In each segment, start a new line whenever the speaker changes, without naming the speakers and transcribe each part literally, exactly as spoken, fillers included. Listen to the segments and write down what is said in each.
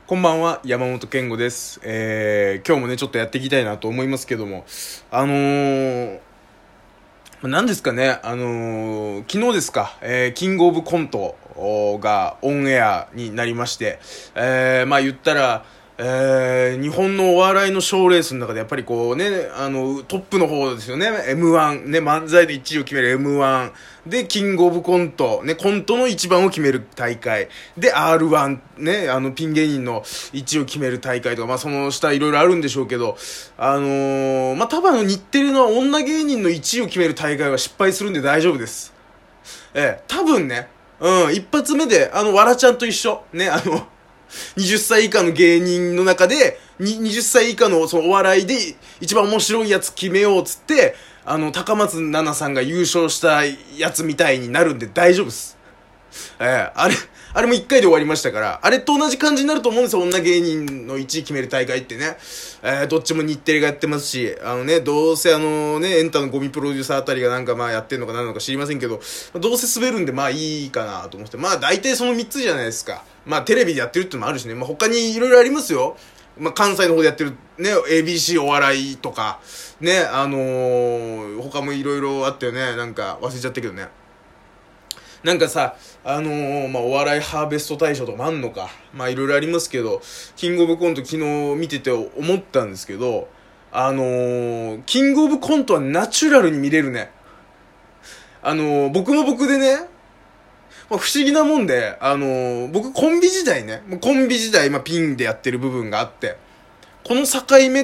こんばんは、山本健吾です。えー、今日もね、ちょっとやっていきたいなと思いますけども、あのー、何ですかね、あのー、昨日ですか、えー、キングオブコントがオンエアになりまして、えー、まあ言ったら、えー、日本のお笑いの賞レースの中でやっぱりこうね、あの、トップの方ですよね、エムワン、ね、漫才でいちいを決める エムワン、で、キングオブコント、ね、コントの一番を決める大会、で、アールワン、ね、あの、ピン芸人のいちいを決める大会とか、まあその下いろいろあるんでしょうけど、あのー、まあ多分あの、日テレの女芸人のいちいを決める大会は失敗するんで大丈夫です。ええ、多分ね、うん、一発目で、あの、わらちゃんと一緒、ね、あの、はたち以下の芸人の中で、はたち以下のそのお笑いで一番面白いやつ決めようっつって、あの、高松菜奈さんが優勝したやつみたいになるんで大丈夫っす。えー、あれ、あれも一回で終わりましたから、あれと同じ感じになると思うんですよ、女芸人のいちい決める大会ってね。えー、どっちも日テレがやってますし、あのね、どうせあのね、エンタのゴミプロデューサーあたりがなんかまあやってんのかなんのか知りませんけど、どうせ滑るんでまあいいかなと思って、まあ大体そのみっつじゃないですか。まあテレビでやってるってのもあるしね、まあ他にいろいろありますよ。まあ関西の方でやってるね、エービーシー お笑いとか、ね、あのー、他もいろいろあったよね、なんか忘れちゃったけどね。なんかさ、あのー、まあ、お笑いハーベスト大賞とかもあんのか。まあ、いろいろありますけど、キングオブコント昨日見てて思ったんですけど、あのー、キングオブコントはナチュラルに見れるね。あのー、僕も僕でね、まあ、不思議なもんで、あのー、僕コンビ時代ね、コンビ時代、まあ、ピンでやってる部分があって、この境目って、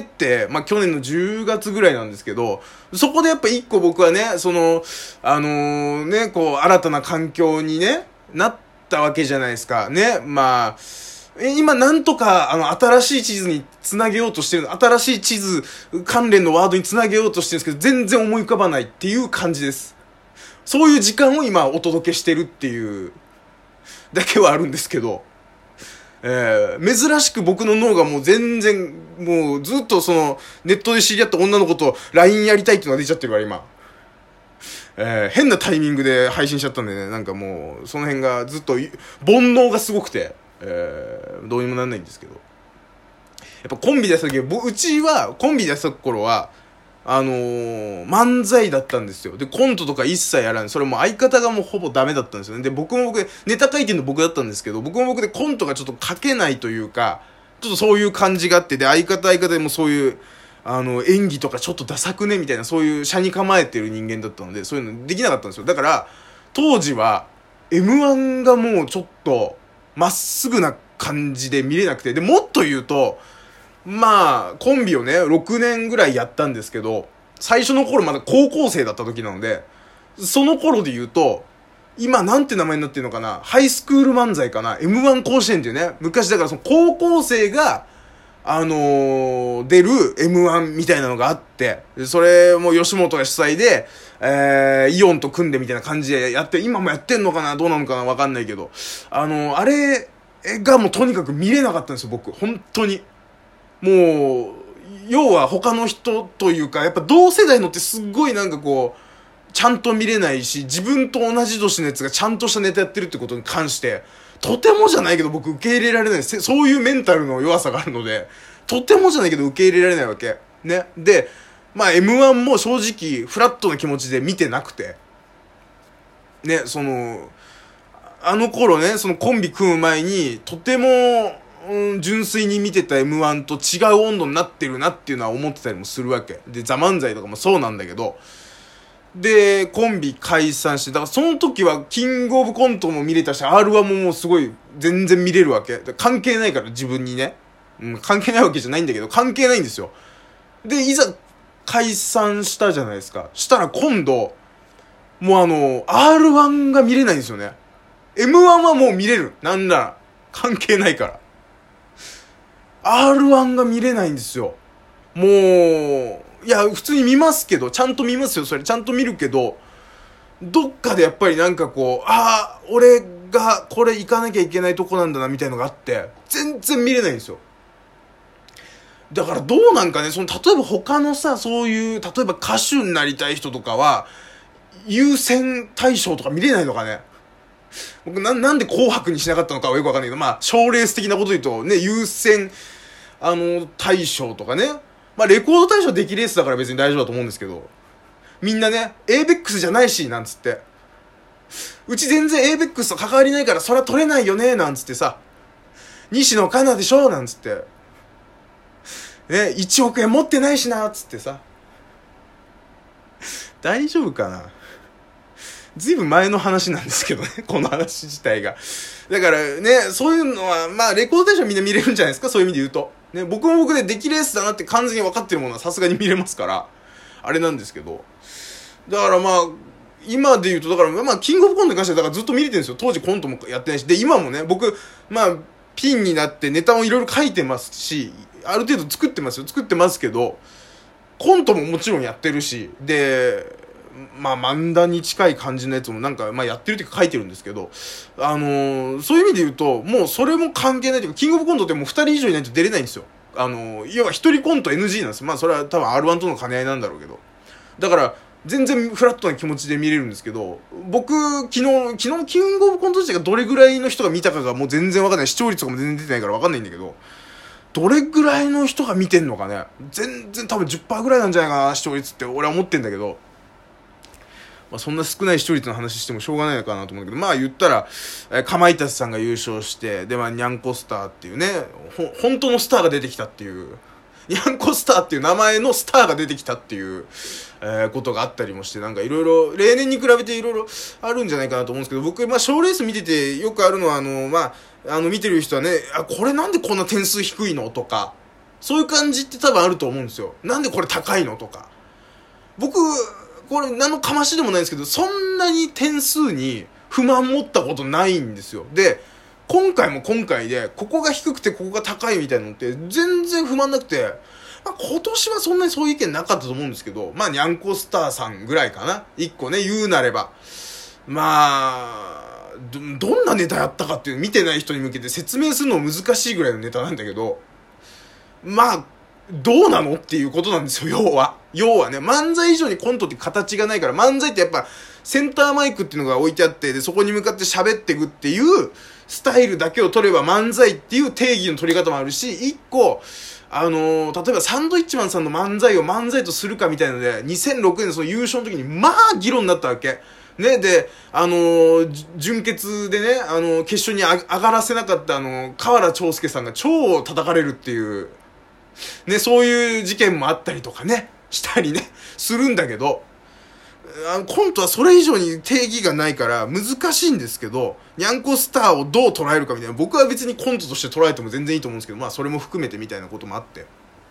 まあ、去年のじゅうがつぐらいなんですけど、そこでやっぱ一個僕はね、その、あのー、ね、こう、新たな環境にね、なったわけじゃないですか。ね、まあ、今なんとか、あの、新しい地図につなげようとしてるの、新しい地図関連のワードにつなげようとしてるんですけど、全然思い浮かばないっていう感じです。そういう時間を今お届けしてるっていう、だけはあるんですけど、えー、珍しく僕の脳がもう全然、もうずっとその、ネットで知り合った女の子と ライン やりたいっていうのが出ちゃってるから今。えー、変なタイミングで配信しちゃったんでね、なんかもう、その辺がずっと、煩悩がすごくて、えー、どうにもなんないんですけど。やっぱコンビでやった時、うちは、コンビでやった頃は、あのー、漫才だったんですよ。で、コントとか一切やらない。それも相方がもうほぼダメだったんですよね。で、僕も僕で、ネタ書いてるの僕だったんですけど、僕も僕でコントがちょっと書けないというか、ちょっとそういう感じがあって、で、相方相方でもそういう、あの、演技とかちょっとダサくねみたいな、そういう車に構えてる人間だったので、そういうのできなかったんですよ。だから、当時は、エムワン がもうちょっと、まっすぐな感じで見れなくて、で、もっと言うと、まあ、コンビをね、ろくねんぐらいやったんですけど、最初の頃まだ高校生だった時なので、その頃で言うと、今なんて名前になってるのかな、ハイスクール漫才かな、 エムワン 甲子園っていうね、昔だからその高校生が、あのー、出る エムワン みたいなのがあって、それも吉本が主催で、えー、イオンと組んでみたいな感じでやって、今もやってんのかな、どうなのかな、わかんないけど、あのー、あれがもうとにかく見れなかったんですよ、僕。本当に。もう、要は他の人というか、やっぱ同世代のってすっごいなんかこう、ちゃんと見れないし、自分と同じ年のやつがちゃんとしたネタやってるってことに関して、とてもじゃないけど僕受け入れられないです。そういうメンタルの弱さがあるので、とてもじゃないけど受け入れられないわけ。ね。で、まあ エムワン も正直フラットな気持ちで見てなくて、ね、その、あの頃ね、そのコンビ組む前に、とても、うん、純粋に見てた エムワン と違う温度になってるなっていうのは思ってたりもするわけで、ザ・漫才とかもそうなんだけど、でコンビ解散して、だからその時はキングオブコントも見れたし アールワン ももうすごい全然見れるわけで、関係ないから自分にね、うん、関係ないわけじゃないんだけど、関係ないんですよ。でいざ解散したじゃないですか。したら今度もうあの アールワン が見れないんですよね。 エムワン はもう見れる、なんなら関係ないから。アールワン が見れないんですよ。もう、いや、普通に見ますけど、ちゃんと見ますよ、それ。ちゃんと見るけど、どっかでやっぱりなんかこう、ああ、俺がこれ行かなきゃいけないとこなんだな、みたいのがあって、全然見れないんですよ。だからどうなんかね、その、例えば他のさ、そういう、例えば歌手になりたい人とかは、優先対象とか見れないのかね。 僕な、なんで紅白にしなかったのかはよくわかんないけど、まあ、賞レース的なこと言うと、ね、優先、あの、大賞とかね。まあ、レコード大賞出来レースだから別に大丈夫だと思うんですけど、みんなね、エーベックス じゃないし、なんつって。うち全然 エーベックス と関わりないから、それは取れないよね、なんつってさ。西野カナでしょ、なんつって。ね、いちおくえん持ってないしな、つってさ。大丈夫かな。ずいぶん前の話なんですけどね、この話自体が。だからね、そういうのは、まあ、レコード大賞みんな見れるんじゃないですか、そういう意味で言うと。ね、僕も僕で出来レースだなって完全に分かってるものはさすがに見れますから、あれなんですけど。だからまあ、今で言うと、だからまあ、キングオブコントに関してはだからずっと見れてるんですよ。当時コントもやってないし。で、今もね、僕、まあ、ピンになってネタをいろいろ書いてますし、ある程度作ってますよ。作ってますけど、コントももちろんやってるし、で、まあ漫談に近い感じのやつもなんか、まあやってるっていうか書いてるんですけど、あのー、そういう意味で言うと、もうそれも関係ないというか、キングオブコントってもうふたり以上いないと出れないんですよ。あのー、要はひとりコント エヌジー なんです。まあそれは多分 アールワン との兼ね合いなんだろうけど。だから、全然フラットな気持ちで見れるんですけど、僕、昨日、昨日キングオブコント自体がどれぐらいの人が見たかがもう全然わかんない。視聴率とかも全然出てないからわかんないんだけど、どれぐらいの人が見てんのかね。全然多分 じゅっパーセント ぐらいなんじゃないかな、視聴率って俺は思ってんだけど、まあ、そんな少ない視聴率の話してもしょうがないのかなと思うんだけど、まあ言ったら、えー、かまいたちさんが優勝して、で、まあ、にゃんこスターっていうね、ほ、本当のスターが出てきたっていう、にゃんこスターっていう名前のスターが出てきたっていう、えー、ことがあったりもして、なんかいろいろ、例年に比べていろいろあるんじゃないかなと思うんですけど、僕、まあ、賞レース見ててよくあるのは、あの、まあ、あの、見てる人はね、あ、これなんでこんな点数低いのとか、そういう感じって多分あると思うんですよ。なんでこれ高いのとか。僕、これ何のかましでもないんですけど、そんなに点数に不満持ったことないんですよ。で、今回も今回で、ここが低くてここが高いみたいなのって全然不満なくて、まあ、今年はそんなにそういう意見なかったと思うんですけど、まあ、にゃんこスターさんぐらいかな。一個ね、言うなれば。まあ、ど、どんなネタやったかっていうの見てない人に向けて説明するの難しいぐらいのネタなんだけど、まあ、どうなのっていうことなんですよ、要は。要はね、漫才以上にコントって形がないから、漫才ってやっぱ、センターマイクっていうのが置いてあって、で、そこに向かって喋っていくっていうスタイルだけを取れば漫才っていう定義の取り方もあるし、一個、あのー、例えばサンドイッチマンさんの漫才を漫才とするかみたいなので、にせんろくねんのその優勝の時に、まあ、議論になったわけ。ね、で、あのー、準決でね、あのー、決勝にあ上がらせなかったあのー、河原長介さんが超叩かれるっていう、ね、そういう事件もあったりとかね、したりね、するんだけど、あのコントはそれ以上に定義がないから難しいんですけど、にゃんこスターをどう捉えるかみたいな、僕は別にコントとして捉えても全然いいと思うんですけど、まあそれも含めてみたいなこともあって。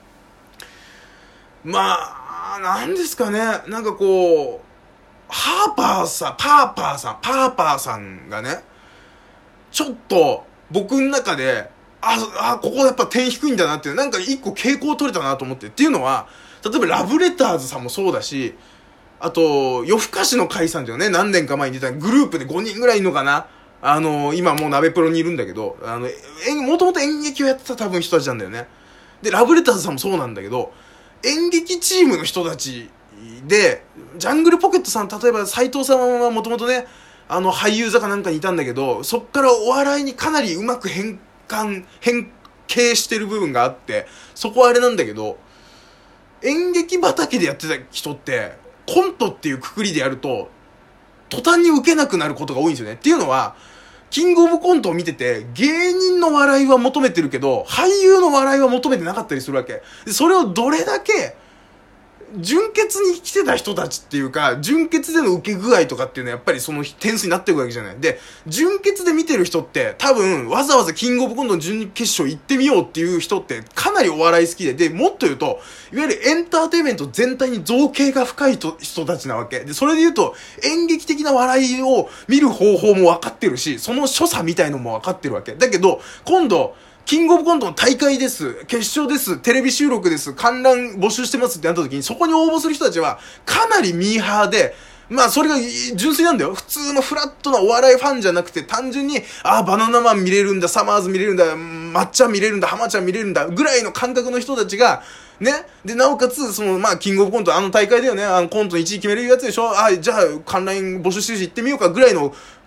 まあ、なんですかね、なんかこう、ハーパーさん、パーパーさん、パーパーさんがね、ちょっと僕の中で、あ、あ、ここやっぱ点低いんだなっていう、なんか一個傾向取れたなと思って。っていうのは、例えばラブレターズさんもそうだし、あと、夜更かしの会さんだよね、何年か前に出たグループでごにんぐらいいるのかな。あの、今もう鍋プロにいるんだけど、あの、もともと演劇をやってた多分人たちなんだよね。で、ラブレターズさんもそうなんだけど、演劇チームの人たちで、ジャングルポケットさん、例えば斉藤さんはもともとね、あの、俳優座かなんかにいたんだけど、そっからお笑いにかなりうまく変換、変形してる部分があって、そこはあれなんだけど、演劇畑でやってた人って、コントっていうくくりでやると、途端に受けなくなることが多いんですよね。っていうのは、キングオブコントを見てて、芸人の笑いは求めてるけど、俳優の笑いは求めてなかったりするわけ。でそれをどれだけ、純潔に来てた人たちっていうか、純潔での受け具合とかっていうのはやっぱりその点数になっていくわけじゃない。で、純潔で見てる人って多分わざわざキングオブコントの準決勝行ってみようっていう人ってかなりお笑い好きで、で、もっと言うと、いわゆるエンターテインメント全体に造形が深い人たちなわけ。で、それで言うと演劇的な笑いを見る方法も分かってるし、その所作みたいのも分かってるわけ。だけど、今度、キングオブコントの大会です。決勝です。テレビ収録です。観覧募集してますってなった時に、そこに応募する人たちは、かなりミーハーで、まあそれが純粋なんだよ。普通のフラットなお笑いファンじゃなくて、単純に、ああ、バナナマン見れるんだ、サマーズ見れるんだ、まっちゃん見れるんだ、ハマちゃん見れるんだ、ぐらいの感覚の人たちが、ね。で、なおかつ、その、まあ、キングオブコント、あの大会だよね。あのコントいちい決めるやつでしょ。ああ、じゃあ、観覧募集して行ってみようか、ぐらいの、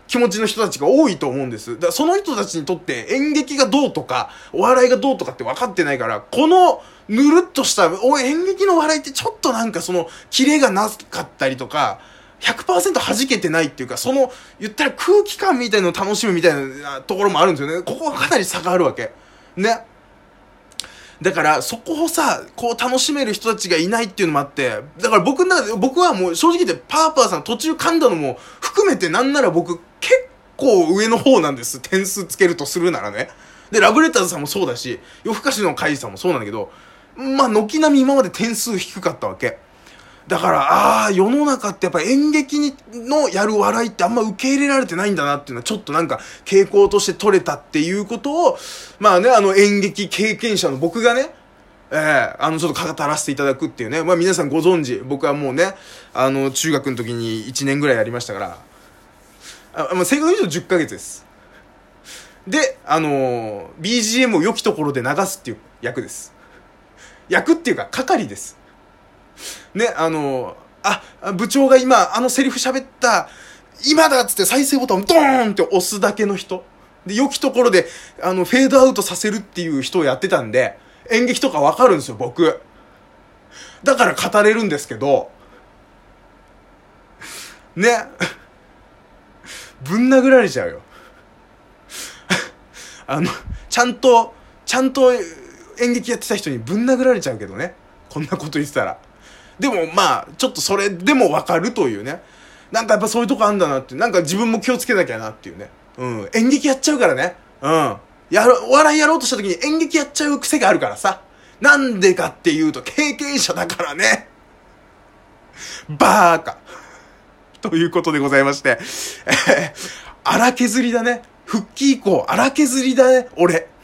気持ちの人たちが多いと思うんです。だからその人たちにとって演劇がどうとか、お笑いがどうとかって分かってないから、このぬるっとした、お演劇の笑いってちょっとなんかその、キレがなかったりとか、ひゃくパーセント 弾けてないっていうか、その、言ったら空気感みたいなのを楽しむみたいなところもあるんですよね。ここはかなり差があるわけ。ね。だから、そこをさ、こう楽しめる人たちがいないっていうのもあって、だから僕の中で、僕はもう正直言ってパーパーさん途中噛んだのも含めてなんなら僕結構上の方なんです。点数つけるとするならね。で、ラブレターズさんもそうだし、夜更かしのカイさんもそうなんだけど、まあ、軒並み今まで点数低かったわけ。だから、ああ、世の中ってやっぱ演劇にのやる笑いってあんま受け入れられてないんだなっていうのはちょっとなんか傾向として取れたっていうことを、まあね、あの演劇経験者の僕がね、ええー、あのちょっと語らせていただくっていうね、まあ皆さんご存知、僕はもうね、あの中学の時にいちねんぐらいやりましたから、あ、まあ、正確に言うとじゅっかげつです。で、あのー、ビージーエム を良きところで流すっていう役です。役っていうか、係です。ね、あの、あ、部長が今、あのセリフ喋った、今だっつって再生ボタンをドーンって押すだけの人。で、良きところで、あの、フェードアウトさせるっていう人をやってたんで、演劇とかわかるんですよ、僕。だから語れるんですけど、ね。ぶん殴られちゃうよ。あの、ちゃんと、ちゃんと演劇やってた人にぶん殴られちゃうけどね。こんなこと言ってたら。でもまあ、ちょっとそれでもわかるというね。なんかやっぱそういうとこあんだなって。なんか自分も気をつけなきゃなっていうね。うん。演劇やっちゃうからね。うん。やろ、お笑いやろうとした時に演劇やっちゃう癖があるからさ。なんでかっていうと、経験者だからね。バーカ。ということでございまして。荒削りだね。復帰以降、荒削りだね。俺。